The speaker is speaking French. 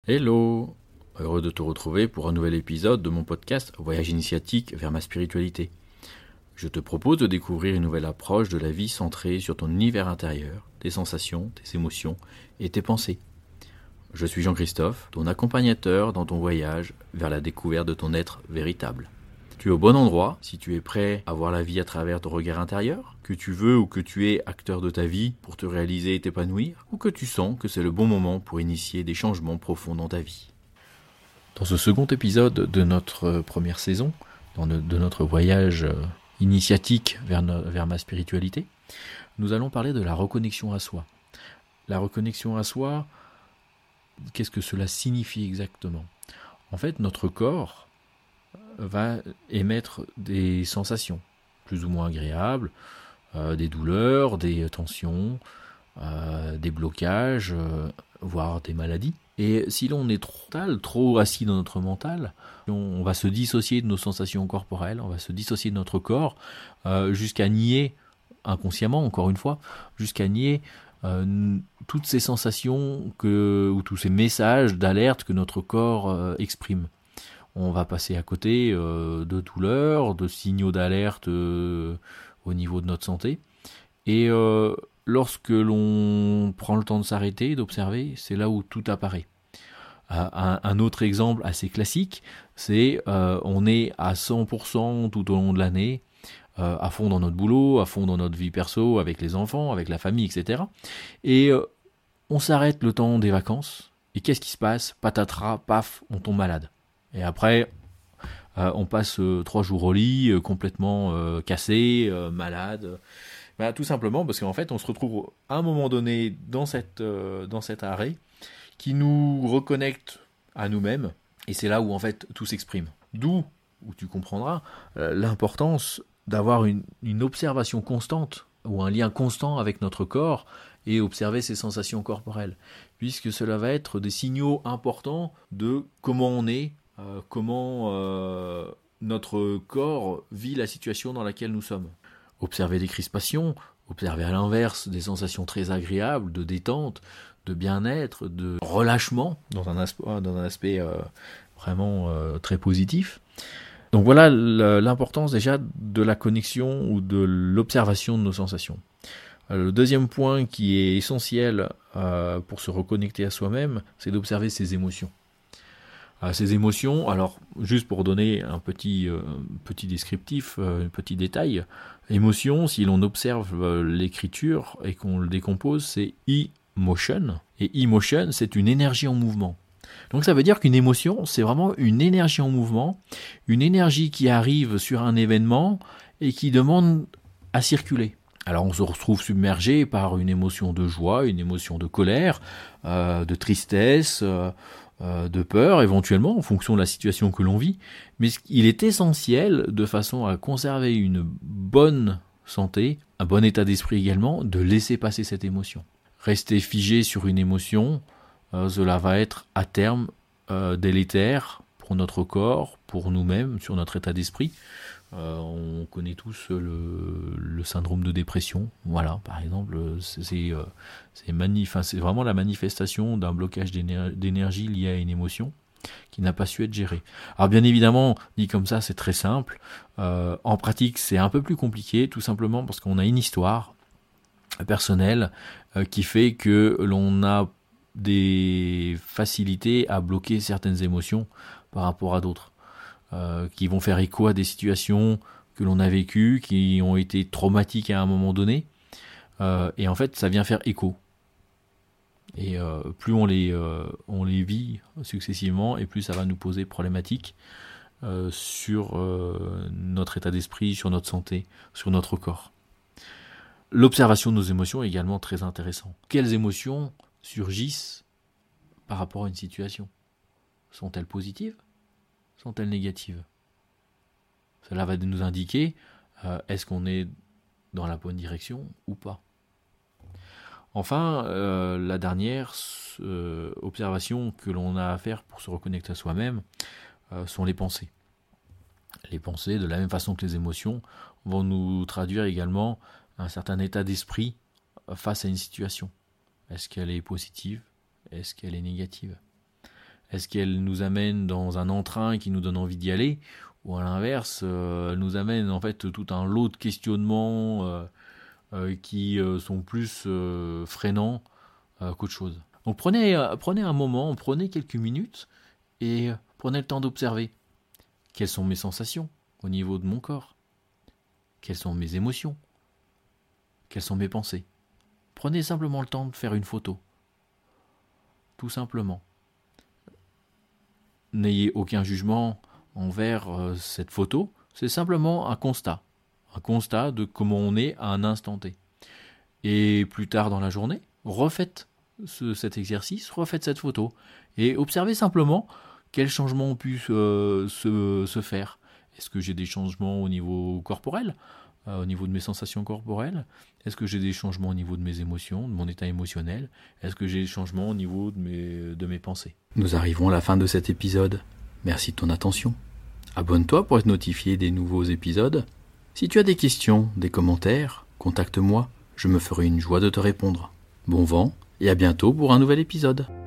Hello! Heureux de te retrouver pour un nouvel épisode de mon podcast Voyage initiatique vers ma spiritualité. Je te propose de découvrir une nouvelle approche de la vie centrée sur ton univers intérieur, tes sensations, tes émotions et tes pensées. Je suis Jean-Christophe, ton accompagnateur dans ton voyage vers la découverte de ton être véritable. Tu es au bon endroit si tu es prêt à voir la vie à travers ton regard intérieur, que tu veux ou que tu es acteur de ta vie pour te réaliser et t'épanouir, ou que tu sens que c'est le bon moment pour initier des changements profonds dans ta vie. Dans ce second épisode de notre première saison, de notre voyage initiatique vers ma spiritualité, nous allons parler de la reconnexion à soi. La reconnexion à soi, qu'est-ce que cela signifie exactement ? En fait, notre corps va émettre des sensations plus ou moins agréables, des douleurs, des tensions, des blocages, voire des maladies. Et si l'on est trop assis dans notre mental, on va se dissocier de nos sensations corporelles, on va se dissocier de notre corps, jusqu'à nier, inconsciemment encore une fois, jusqu'à nier toutes ces sensations ou tous ces messages d'alerte que notre corps exprime. On va passer à côté de douleurs, de signaux d'alerte au niveau de notre santé. Et lorsque l'on prend le temps de s'arrêter, d'observer, c'est là où tout apparaît. Un autre exemple assez classique, c'est on est à 100% tout au long de l'année, à fond dans notre boulot, à fond dans notre vie perso, avec les enfants, avec la famille, etc. Et on s'arrête le temps des vacances, et qu'est-ce qui se passe ? Patatras, paf, on tombe malade. Et après, on passe 3 jours au lit, complètement cassé, malade. Tout simplement parce qu'en fait, on se retrouve à un moment donné dans cet arrêt qui nous reconnecte à nous-mêmes. Et c'est là où en fait tout s'exprime. D'où, où tu comprendras, l'importance d'avoir une observation constante ou un lien constant avec notre corps et observer ses sensations corporelles. Puisque cela va être des signaux importants de comment on est, comment notre corps vit la situation dans laquelle nous sommes. Observer des crispations, observer à l'inverse des sensations très agréables, de détente, de bien-être, de relâchement, dans un aspect vraiment très positif. Donc voilà l'importance déjà de la connexion ou de l'observation de nos sensations. Le deuxième point qui est essentiel pour se reconnecter à soi-même, c'est d'observer ses émotions. Ces émotions, alors juste pour donner un petit descriptif, un petit détail, émotion, si l'on observe l'écriture et qu'on le décompose, c'est emotion, et emotion, c'est une énergie en mouvement. Donc ça veut dire qu'une émotion, c'est vraiment une énergie en mouvement, une énergie qui arrive sur un événement et qui demande à circuler. Alors on se retrouve submergé par une émotion de joie, une émotion de colère, de tristesse, de peur éventuellement en fonction de la situation que l'on vit, mais il est essentiel de façon à conserver une bonne santé, un bon état d'esprit également, de laisser passer cette émotion. Rester figé sur une émotion, cela va être à terme délétère pour notre corps, pour nous-mêmes, sur notre état d'esprit. On connaît tous le syndrome de dépression, voilà, par exemple, c'est vraiment la manifestation d'un blocage d'énergie lié à une émotion qui n'a pas su être gérée. Alors bien évidemment, dit comme ça, c'est très simple. En pratique, c'est un peu plus compliqué, tout simplement parce qu'on a une histoire personnelle qui fait que l'on a des facilités à bloquer certaines émotions par rapport à d'autres. Qui vont faire écho à des situations que l'on a vécues, qui ont été traumatiques à un moment donné, et en fait ça vient faire écho. Et plus on les vit successivement, et plus ça va nous poser problématiques sur notre état d'esprit, sur notre santé, sur notre corps. L'observation de nos émotions est également très intéressant. Quelles émotions surgissent par rapport à une situation ? Sont-elles positives ? Sont-elles négatives ? Cela va nous indiquer est-ce qu'on est dans la bonne direction ou pas. Enfin, la dernière observation que l'on a à faire pour se reconnecter à soi-même sont les pensées. Les pensées, de la même façon que les émotions, vont nous traduire également un certain état d'esprit face à une situation. Est-ce qu'elle est positive ? Est-ce qu'elle est négative ? Est-ce qu'elle nous amène dans un entrain qui nous donne envie d'y aller, ou à l'inverse, elle nous amène en fait tout un lot de questionnements qui sont plus freinants qu'autre chose. Donc prenez un moment, prenez quelques minutes et prenez le temps d'observer. Quelles sont mes sensations au niveau de mon corps? Quelles sont mes émotions? Quelles sont mes pensées? Prenez simplement le temps de faire une photo. Tout simplement. N'ayez aucun jugement envers cette photo. C'est simplement un constat. Un constat de comment on est à un instant T. Et plus tard dans la journée, refaites cet exercice, refaites cette photo. Et observez simplement quels changements ont pu se faire. Est-ce que j'ai des changements au niveau corporel, au niveau de mes sensations corporelles? Est-ce que j'ai des changements au niveau de mes émotions, de mon état émotionnel? Est-ce que j'ai des changements au niveau de mes pensées? Nous arrivons à la fin de cet épisode. Merci de ton attention. Abonne-toi pour être notifié des nouveaux épisodes. Si tu as des questions, des commentaires, contacte-moi. Je me ferai une joie de te répondre. Bon vent et à bientôt pour un nouvel épisode.